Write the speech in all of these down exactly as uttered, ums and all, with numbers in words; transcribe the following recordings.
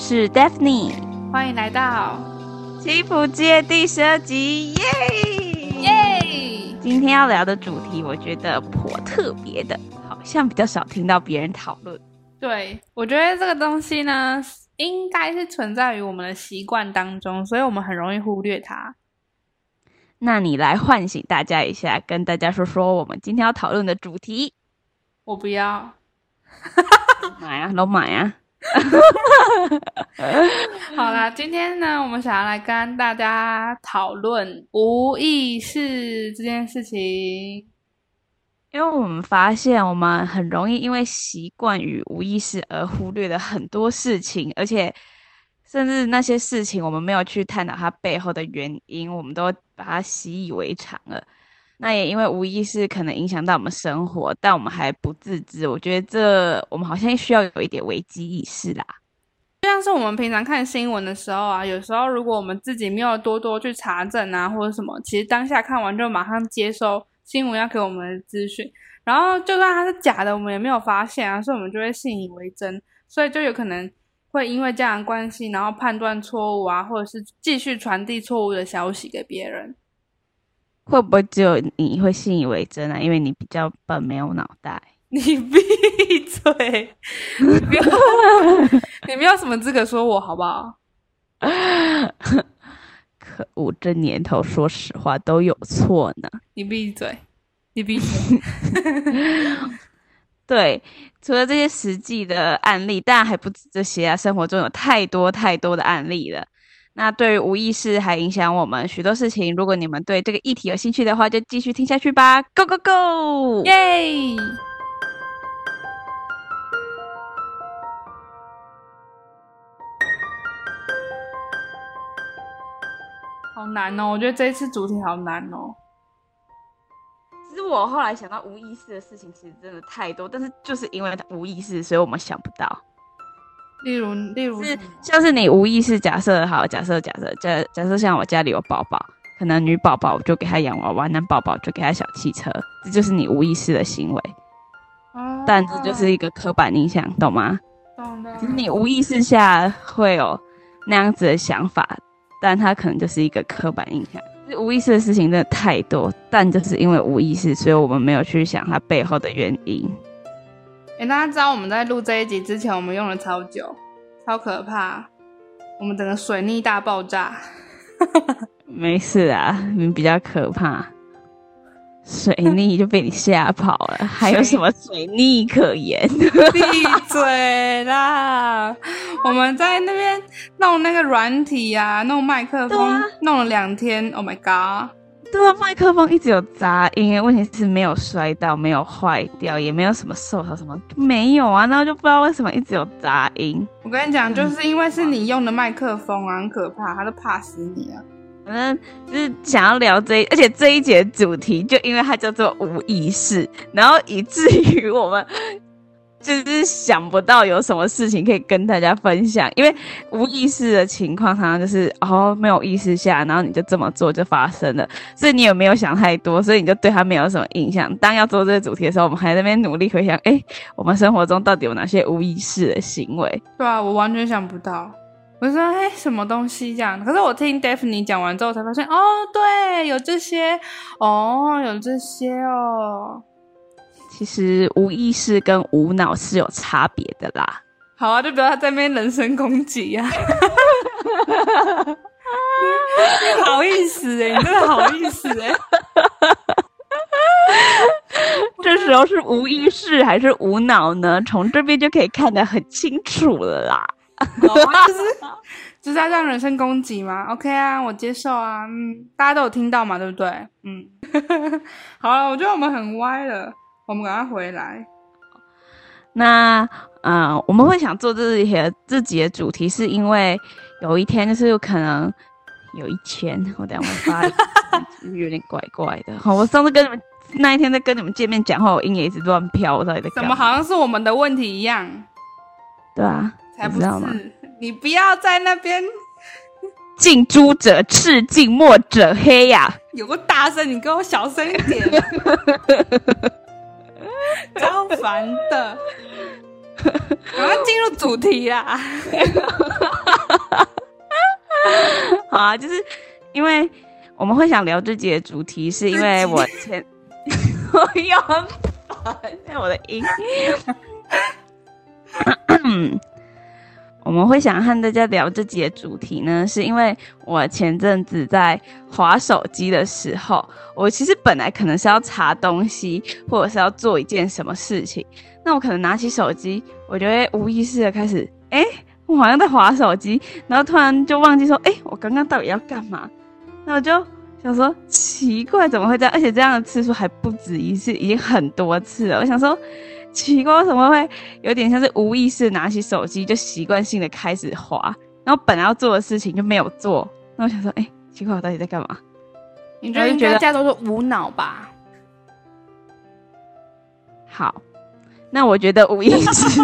是 Daphne， 欢迎来到祈福界第十二集，耶耶！今天要聊的主题，我觉得颇特别的，好像比较少听到别人讨论。 对，我觉得这个东西呢，应该是存在于我们的习惯当中，所以我们很容易忽略它。 那你来唤醒大家一下，跟大家说说我们今天要讨论的主题。 我不要。 买啊，都买啊。 好啦，今天呢，我们想要来跟大家讨论无意识这件事情。 因为我们发现我们很容易因为习惯与无意识而忽略了很多事情，而且甚至那些事情我们没有去探讨它背后的原因，我们都把它习以为常了。那也因为无意识可能影响到我们生活，但我们还不自知，我觉得这我们好像需要有一点危机意识啦。 就像是我们平常看新闻的时候啊，有时候如果我们自己没有多多去查证啊或者什么，其实当下看完就马上接收新闻要给我们的资讯，然后就算它是假的我们也没有发现啊，所以我们就会信以为真，所以就有可能会因为这样的关系然后判断错误啊，或者是继续传递错误的消息给别人。 会不会只有你会信以为真啊？因为你比较笨，没有脑袋。 你闭嘴！你不要，你没有什么资格说我好不好？ 可恶，这年头说实话都有错呢。 你闭嘴！你闭嘴！ 对，除了这些实际的案例，当然还不止这些啊，生活中有太多太多的案例了。那对于无意识还影响我们许多事情，如果你们对这个议题有兴趣的话，就继续听下去吧 ，Go Go Go！ 耶！好难哦，我觉得这一次主题好难哦。 其实我后来想到无意识的事情，其实真的太多，但是就是因为无意识，所以我们想不到。 例如，例如是像是你无意识假设好，假设假设假假设像我家里有宝宝，可能女宝宝就给她洋娃娃，男宝宝就给她小汽车，这就是你无意识的行为。哦、但这就是一个刻板印象，懂吗？ 懂的。 就是你无意识下会有那样子的想法，但它可能就是一个刻板印象。无意识的事情真的太多，但就是因为无意识，所以我们没有去想它背后的原因。 欸，大家知道我们在录这一集之前我们用了超久，超可怕，我们整个水逆大爆炸。 没事啊，你比较可怕，水逆就被你吓跑了，还有什么水逆可言？ 闭嘴啦！我们在那边弄那个软体啊，弄麦克风，啊、弄了两天 ，Oh my god！ 对啊，麦克风一直有杂音，问题是没有摔到，没有坏掉，也没有什么受伤，什么没有啊，然后就不知道为什么一直有杂音。 我跟你讲，就是因为是你用的麦克风啊，很可怕，他都怕死你啊。 反正就是想要聊这一，而且这一节主题就因为它叫做无意识，然后以至于我们就是想不到有什么事情可以跟大家分享，因为无意识的情况常常就是哦没有意识下，然后你就这么做就发生了，所以你也没有想太多，所以你就对它没有什么印象。当要做这个主题的时候，我们还在那边努力回想，哎，我们生活中到底有哪些无意识的行为？ 对啊，我完全想不到。我就说，哎，什么东西这样？可是我听 Daphne 讲完之后才发现，哦，对，有这些，哦，有这些哦。 其实无意识跟无脑是有差别的啦。 好啊，就不要在那边人身攻击啊！你好意思哎、欸，你真的好意思哎、欸！ 这时候是无意识还是无脑呢？从这边就可以看得很清楚了啦。 哦、就是就是要让人身攻击吗 ？OK 啊，我接受啊。嗯，大家都有听到嘛，对不对？嗯，好了，我觉得我们很歪了。我们赶快回来。 那呃，我们会想做这些自己的主题，是因为有一天就是有可能有一天，我等一下会发一个有点怪怪的。好，我上次跟你们那一天在跟你们见面讲话，我音也一直乱飘，我到底在干嘛？ 怎么好像是我们的问题一样？ 对啊， 才不是！你不要在那边近朱者赤，近墨者黑呀、啊！ 有个大声，你给我小声一点、啊。超烦的。 赶快进入主题啦！ 好啊，就是因为我们会想聊这集的主题，是因为我前我又很烦，我的音。我们会想和大家聊这集的主题呢，是因为我前阵子在滑手机的时候，我其实本来可能是要查东西，或者是要做一件什么事情，那我可能拿起手机，我就会无意识的开始，哎、欸，我好像在滑手机，然后突然就忘记说，哎、欸，我刚刚到底要干嘛？那我就想说，奇怪，怎么会这样？而且这样的次数还不止一次，已经很多次了。我想说，奇怪，为什么会有点像是无意识拿起手机就习惯性的开始滑，然后本来要做的事情就没有做。那我想说，哎、欸，奇怪，我到底在干嘛？ 你觉得应该叫做无脑吧？ 好，那我觉得无意识，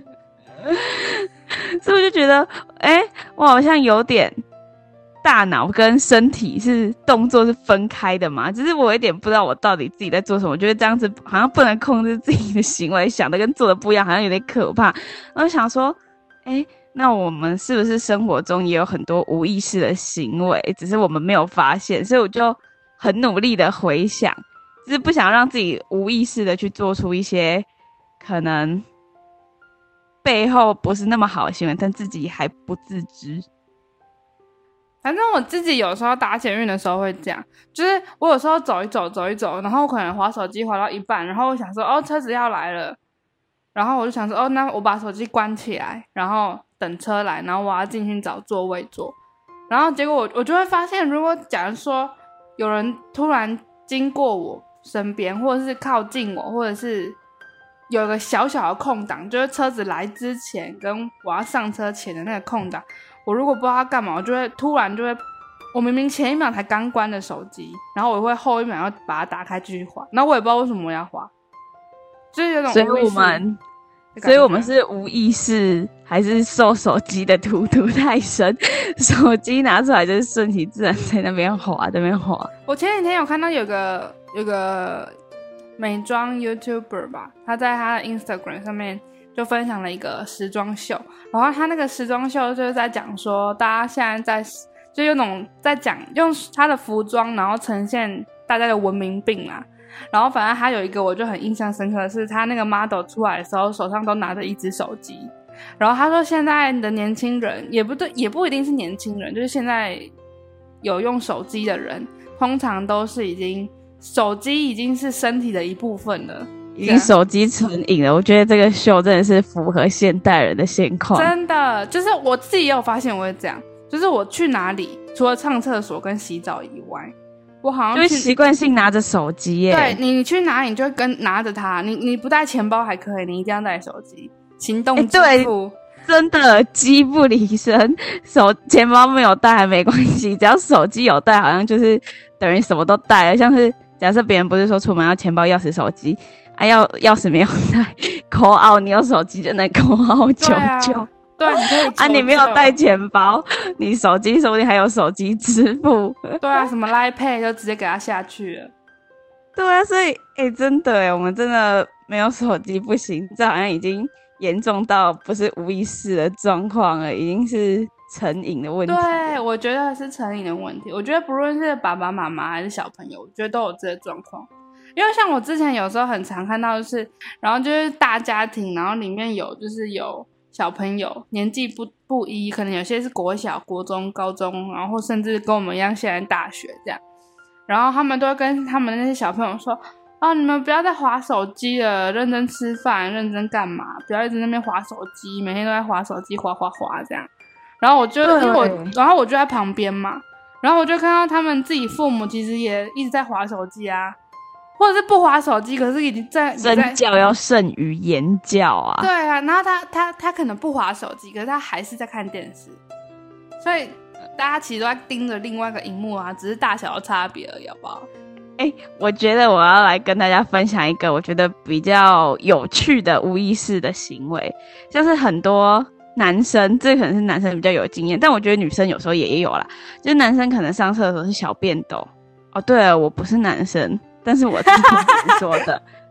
所以我就觉得，哎、欸，我好像有点。大脑跟身体是动作是分开的嘛，只是我有点不知道我到底自己在做什么，我觉得这样子好像不能控制自己的行为，想的跟做的不一样，好像有点可怕。然后想说，哎，那我们是不是生活中也有很多无意识的行为，只是我们没有发现，所以我就很努力的回想，就是不想让自己无意识的去做出一些可能背后不是那么好的行为，但自己还不自知。 反正我自己有时候打捷运的时候会这样，就是我有时候走一走走一走，然后我可能滑手机滑到一半，然后我想说哦车子要来了，然后我就想说哦那我把手机关起来，然后等车来，然后我要进去找座位坐，然后结果我我就会发现，如果假如说有人突然经过我身边，或者是靠近我，或者是有个小小的空档，就是车子来之前跟我要上车前的那个空档，我如果不知道他干嘛，我就会突然就会，我明明前一秒才刚关的手机，然后我会后一秒要把它打开继续滑，然后我也不知道为什么我要滑，就是有种无意识。 所以我们，所以我们是无意识，还是受手机的荼毒太深？手机拿出来就是顺其自然在那边滑，在那边滑。 我前几天有看到有个有个美妆 YouTuber 吧，他在他的 Instagram 上面就分享了一个时装秀，然后他那个时装秀就是在讲说，大家现在在就有种在讲用他的服装，然后呈现大家的文明病啦。然后反正他有一个我就很印象深刻的是，他那个 model 出来的时候手上都拿着一只手机，然后他说现在的年轻人也不对，也不一定是年轻人，就是现在有用手机的人，通常都是已经手机已经是身体的一部分了。 已经手机成瘾了，我觉得这个秀真的是符合现代人的现况。 真的，就是我自己也有发现我会这样，就是我去哪里，除了上厕所跟洗澡以外，我好像就会习惯性拿着手机耶。 对，你去哪里你就会跟拿着它，你你不带钱包还可以，你一定要带手机，行动支付。 真的机不离身，手钱包没有带还没关系，只要手机有带，好像就是等于什么都带了。像是假设别人不是说出门要钱包、钥匙、手机。啊，要钥匙没有带 call out， 你有手机就能 call out 求救。 对，你可以求救。 啊，你没有带钱包，你手机说不定还有手机支付。 对啊，什么 Line Pay 就直接给他下去了。 对啊，所以哎、欸，真的哎，我们真的没有手机不行，这好像已经严重到不是无意识的状况了，已经是成瘾的问题。 对，我觉得是成瘾的问题。我觉得不论是爸爸妈妈还是小朋友，我觉得都有这个状况。因为像我之前有时候很常看到，就是然后就是大家庭，然后里面有就是有小朋友年纪不不一，可能有些是国小、国中、高中，然后甚至跟我们一样现在大学这样，然后他们都会跟他们那些小朋友说：“哦，你们不要再滑手机了，认真吃饭，认真干嘛？不要一直在那边滑手机，每天都在滑手机，滑滑滑这样。”然后我就因为我，然后我就在旁边嘛，然后我就看到他们自己父母其实也一直在滑手机啊。或者是不滑手机，可是已经在身教要胜于言教啊。 对啊，然后他他他可能不滑手机，可是他还是在看电视，所以大家其实都在盯着另外一个荧幕啊，只是大小的差别而已，好不好？ 哎、欸，我觉得我要来跟大家分享一个我觉得比较有趣的无意识的行为，像是很多男生，这可能是男生比较有经验，但我觉得女生有时候也有啦，就是男生可能上厕所是小便斗。哦，对了，我不是男生。但是我听别人说的，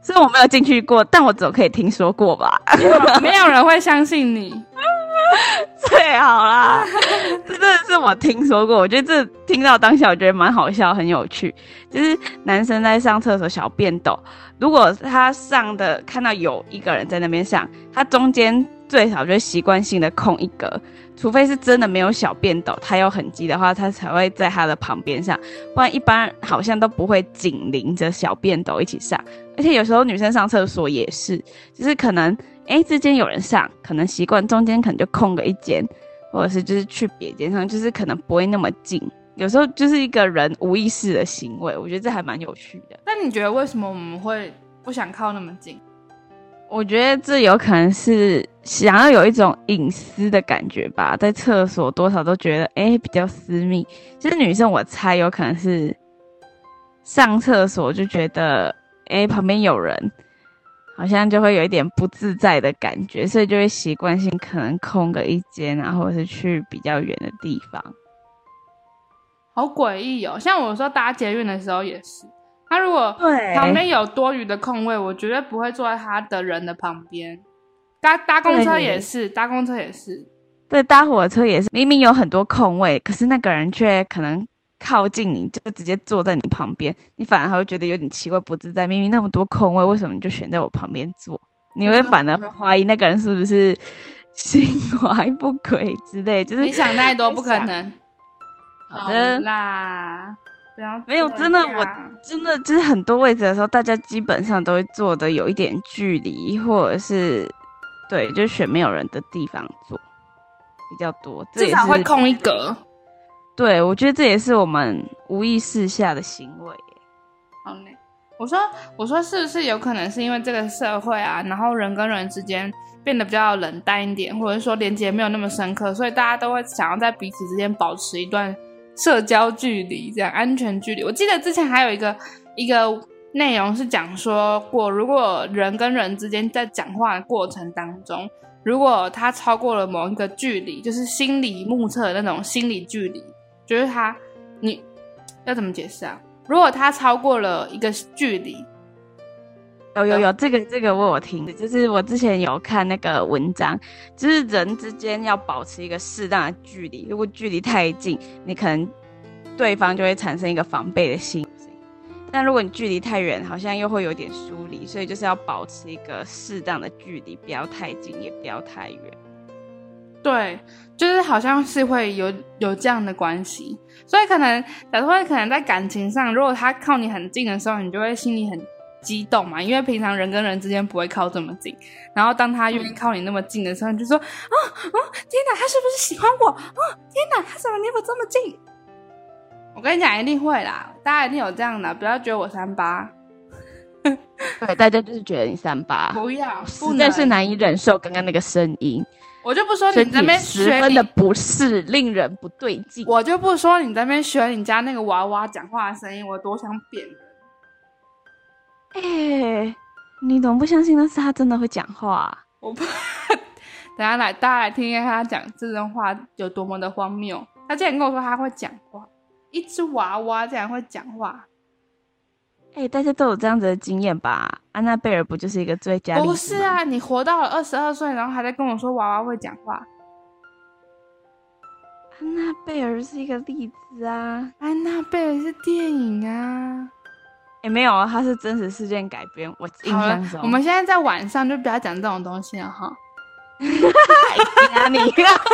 虽然我没有进去过，但我总可以听说过吧。 没有没有人会相信你。 最好啦，这真的是我听说过，我觉得这听到当下我觉得蛮好笑很有趣。就是男生在上厕所小便斗，如果他上的看到有一个人在那边上，他中间最少就习惯性的空一格，除非是真的没有小便斗他有痕迹的话，他才会在他的旁边上，不然一般好像都不会紧邻着小便斗一起上。而且有时候女生上厕所也是，就是可能哎，之间有人上，可能习惯中间可能就空个一间，或者是就是去别间上，就是可能不会那么近。有时候就是一个人无意识的行为，我觉得这还蛮有趣的。 那你觉得为什么我们会不想靠那么近？ 我觉得这有可能是想要有一种隐私的感觉吧，在厕所多少都觉得哎比较私密。其实女生我猜有可能是上厕所就觉得哎旁边有人，好像就会有一点不自在的感觉，所以就会习惯性可能空个一间啊，或者是去比较远的地方。 好诡异哦！像我有时候搭捷运的时候也是，他如果对旁边有多余的空位，我绝对不会坐在他的人的旁边。搭搭公车也是，搭公车也是， 对，搭火车也是，明明有很多空位，可是那个人却可能靠近你，就直接坐在你旁边，你反而还会觉得有点奇怪不自在。明明那么多空位，为什么你就选在我旁边坐？你会反而会怀疑那个人是不是心怀不轨之类，就是你想太多，不可能。 好的啦，不要没有，真的，我真的就是很多位置的时候，大家基本上都会坐的有一点距离，或者是对，就选没有人的地方坐比较多， 至少会空一格。 对，我觉得这也是我们无意识下的行为。 好嘞，我说，我说是不是有可能是因为这个社会啊，然后人跟人之间变得比较冷淡一点，或者说连接没有那么深刻，所以大家都会想要在彼此之间保持一段社交距离，这样安全距离。我记得之前还有一个一个内容是讲说过，如果人跟人之间在讲话的过程当中，如果他超过了某一个距离，就是心理目测的那种心理距离，就是他你要怎么解释啊？如果他超过了一个距离， 有有有，这个这个我有听，就是我之前有看那个文章，就是人之间要保持一个适当的距离，如果距离太近，你可能对方就会产生一个防备的心。但如果你距离太远，好像又会有点疏离，所以就是要保持一个适当的距离，不要太近，也不要太远。 对，就是好像是会有有这样的关系，所以可能假如说可能在感情上，如果他靠你很近的时候，你就会心里很激动嘛，因为平常人跟人之间不会靠这么近，然后当他愿意靠你那么近的时候，你就说啊啊，天哪，他是不是喜欢我啊？天哪，他怎么离我这么近？我跟你讲，一定会啦，大家一定有这样的，不要觉得我三八。 对，大家就是觉得你三八， 不要， 实在是难以忍受刚刚那个声音。 我就不说你在那边十分的不适，令人不对劲。 我就不说你在那边学你家那个娃娃讲话的声音，我多想扁人。 哎、欸，你怎么不相信那是他真的会讲话、啊？ 我不，等下来大家来听听他讲这段话有多么的荒谬。他竟然跟我说他会讲话，一只娃娃竟然会讲话。 哎、欸，大家都有这样子的经验吧？安娜贝尔不就是一个最佳例子吗？ 不是啊，你活到了二十二岁，然后还在跟我说娃娃会讲话。 安娜贝尔是一个例子啊， 安娜贝尔是电影啊。 也、欸、没有啊，它是真实事件改编。我印象中， 我们现在在晚上就不要讲这种东西了哈。 太你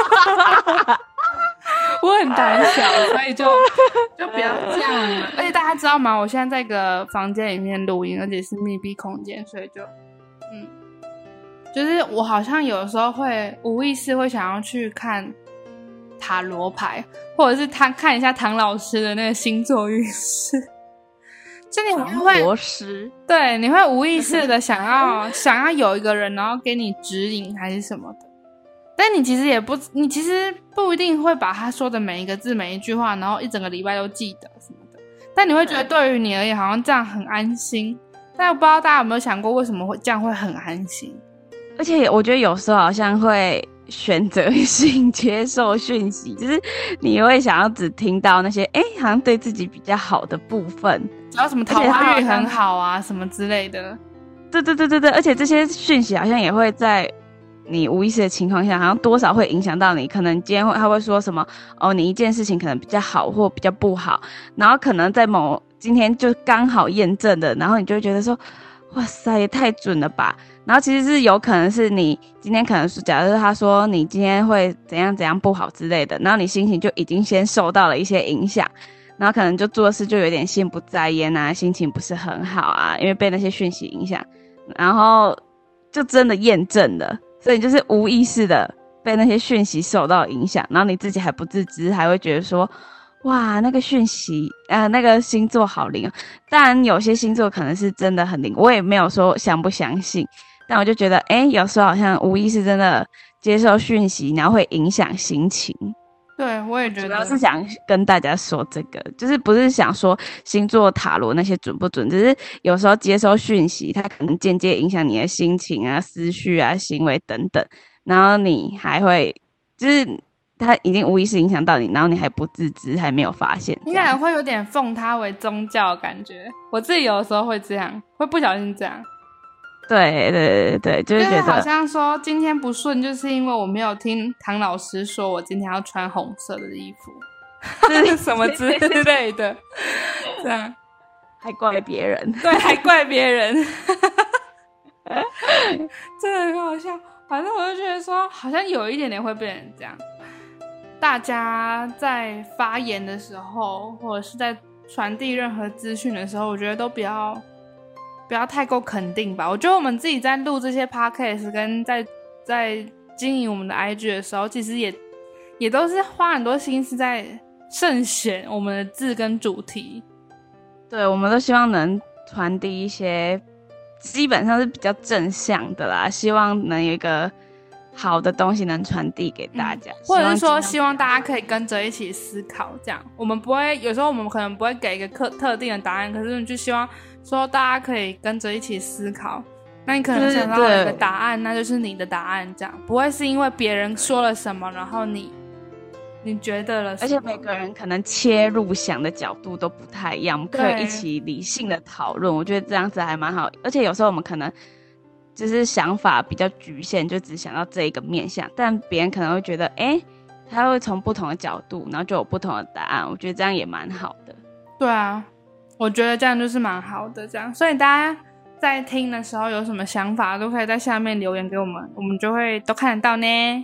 我很胆小，所以就就不要这样了。而且大家知道吗？我现在在一个房间里面录音，而且是密闭空间，所以就嗯，就是我好像有的时候会无意识会想要去看塔罗牌，或者是他看一下唐老师的那个星座运势。就你会罗师， 对，你会无意识的想要想要有一个人，然后给你指引还是什么的。但你其实也不，你其实不一定会把他说的每一个字、每一句话，然后一整个礼拜都记得什么的。但你会觉得对于你而言，好像这样很安心。但我不知道大家有没有想过，为什么会这样会很安心？ 而且我觉得有时候好像会选择性接受讯息，就是你会想要只听到那些哎，好像对自己比较好的部分， 只要什么桃花运很好啊，什么之类的。 对对对对对，而且这些讯息好像也会在你无意识的情况下，好像多少会影响到你。可能今天会他会说什么哦，你一件事情可能比较好或比较不好，然后可能在某今天就刚好验证的，然后你就会觉得说，哇塞，也太准了吧。然后其实是有可能是你今天可能是假如他说你今天会怎样怎样不好之类的，然后你心情就已经先受到了一些影响，然后可能就做事就有点心不在焉啊，心情不是很好啊，因为被那些讯息影响，然后就真的验证了，所以你就是无意识的被那些讯息受到影响，然后你自己还不自知，还会觉得说哇，那个讯息，呃，那个星座好灵哦。当然，有些星座可能是真的很灵，我也没有说相不相信，但我就觉得，哎，有时候好像无意识真的接受讯息，然后会影响心情。 对，我也觉得， 主要是想跟大家说这个，就是不是想说星座塔罗那些准不准，只是有时候接收讯息，它可能间接影响你的心情啊、思绪啊、行为等等，然后你还会就是它已经无意识影响到你，然后你还不自知，还没有发现， 应该会有点奉它为宗教的感觉。我自己有的时候会这样，会不小心这样。对对对对，就是觉得好像说今天不顺，就是因为我没有听唐老师说我今天要穿红色的衣服，什么之类的，这样还怪别人， 对，还怪别人，真的很好笑。反正我就觉得说，好像有一点点会变成这样。大家在发言的时候，或者是在传递任何资讯的时候，我觉得都不要不要太够肯定吧。我觉得我们自己在录这些 podcast 跟在在经营我们的 I G 的时候，其实也也都是花很多心思在慎选我们的字跟主题。 对，我们都希望能传递一些基本上是比较正向的啦，希望能有一个好的东西能传递给大家、嗯、 或者是说希望大家可以跟着一起思考，这样我们不会有时候我们可能不会给一个特特定的答案，可是就希望说大家可以跟着一起思考，那你可能想到一个答案，那就是你的答案，这样不会是因为别人说了什么然后你你觉得了什么， 而且每个人可能切入想的角度都不太一样，我们可以一起理性的讨论，我觉得这样子还蛮好。而且有时候我们可能就是想法比较局限，就只想到这一个面向，但别人可能会觉得哎，他会从不同的角度然后就有不同的答案，我觉得这样也蛮好的。 对啊，我觉得这样就是蛮好的，这样所以大家在听的时候有什么想法都可以在下面留言给我们，我们就会都看得到呢。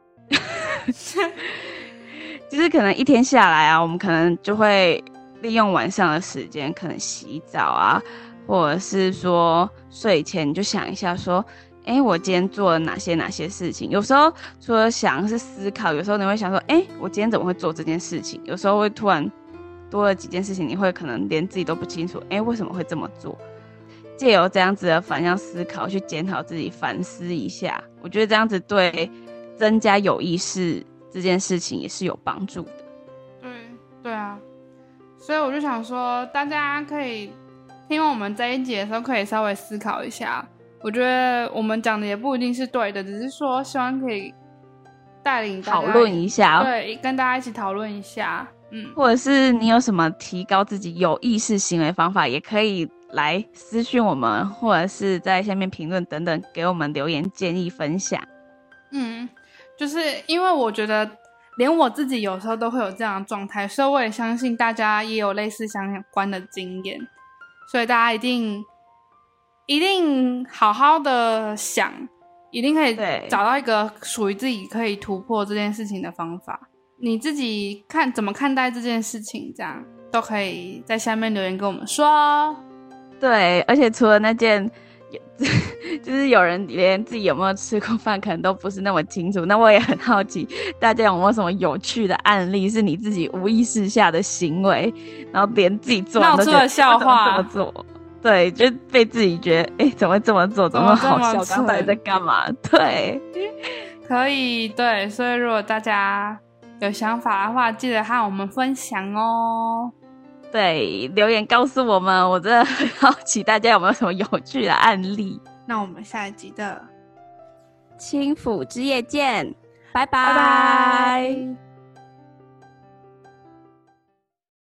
就是可能一天下来啊，我们可能就会利用晚上的时间，可能洗澡啊，或者是说睡前你就想一下说，哎，我今天做了哪些哪些事情。有时候除了想是思考，有时候你会想说，哎，我今天怎么会做这件事情。有时候会突然多了几件事情，你会可能连自己都不清楚，哎，为什么会这么做。借由这样子的反向思考去检讨自己，反思一下，我觉得这样子对增加有意识这件事情也是有帮助的。 对对啊，所以我就想说大家可以听完我们这一集的时候可以稍微思考一下，我觉得我们讲的也不一定是对的，只是说希望可以带领大家讨论一下， 对，跟大家一起讨论一下，嗯， 或者是你有什么提高自己有意识行为方法，也可以来私讯我们，或者是在下面评论等等给我们留言建议分享。 嗯，就是因为我觉得连我自己有时候都会有这样的状态，所以我也相信大家也有类似相关的经验，所以大家一定一定好好的想，一定可以找到一个属于自己可以突破这件事情的方法。你自己看怎么看待这件事情，这样都可以在下面留言跟我们说。 对，而且除了那件就是有人连自己有没有吃过饭可能都不是那么清楚，那我也很好奇大家有没有什么有趣的案例是你自己无意识下的行为，然后连自己做闹出了笑话， 怎么做，对，就被自己觉得哎，怎么会这么做，怎么好笑，刚才在干嘛。对， 可以，对，所以如果大家有想法的话记得和我们分享哦。 对，留言告诉我们，我真的很好奇大家有没有什么有趣的案例。 那我们下一集的轻抚之夜见，拜拜。 拜拜。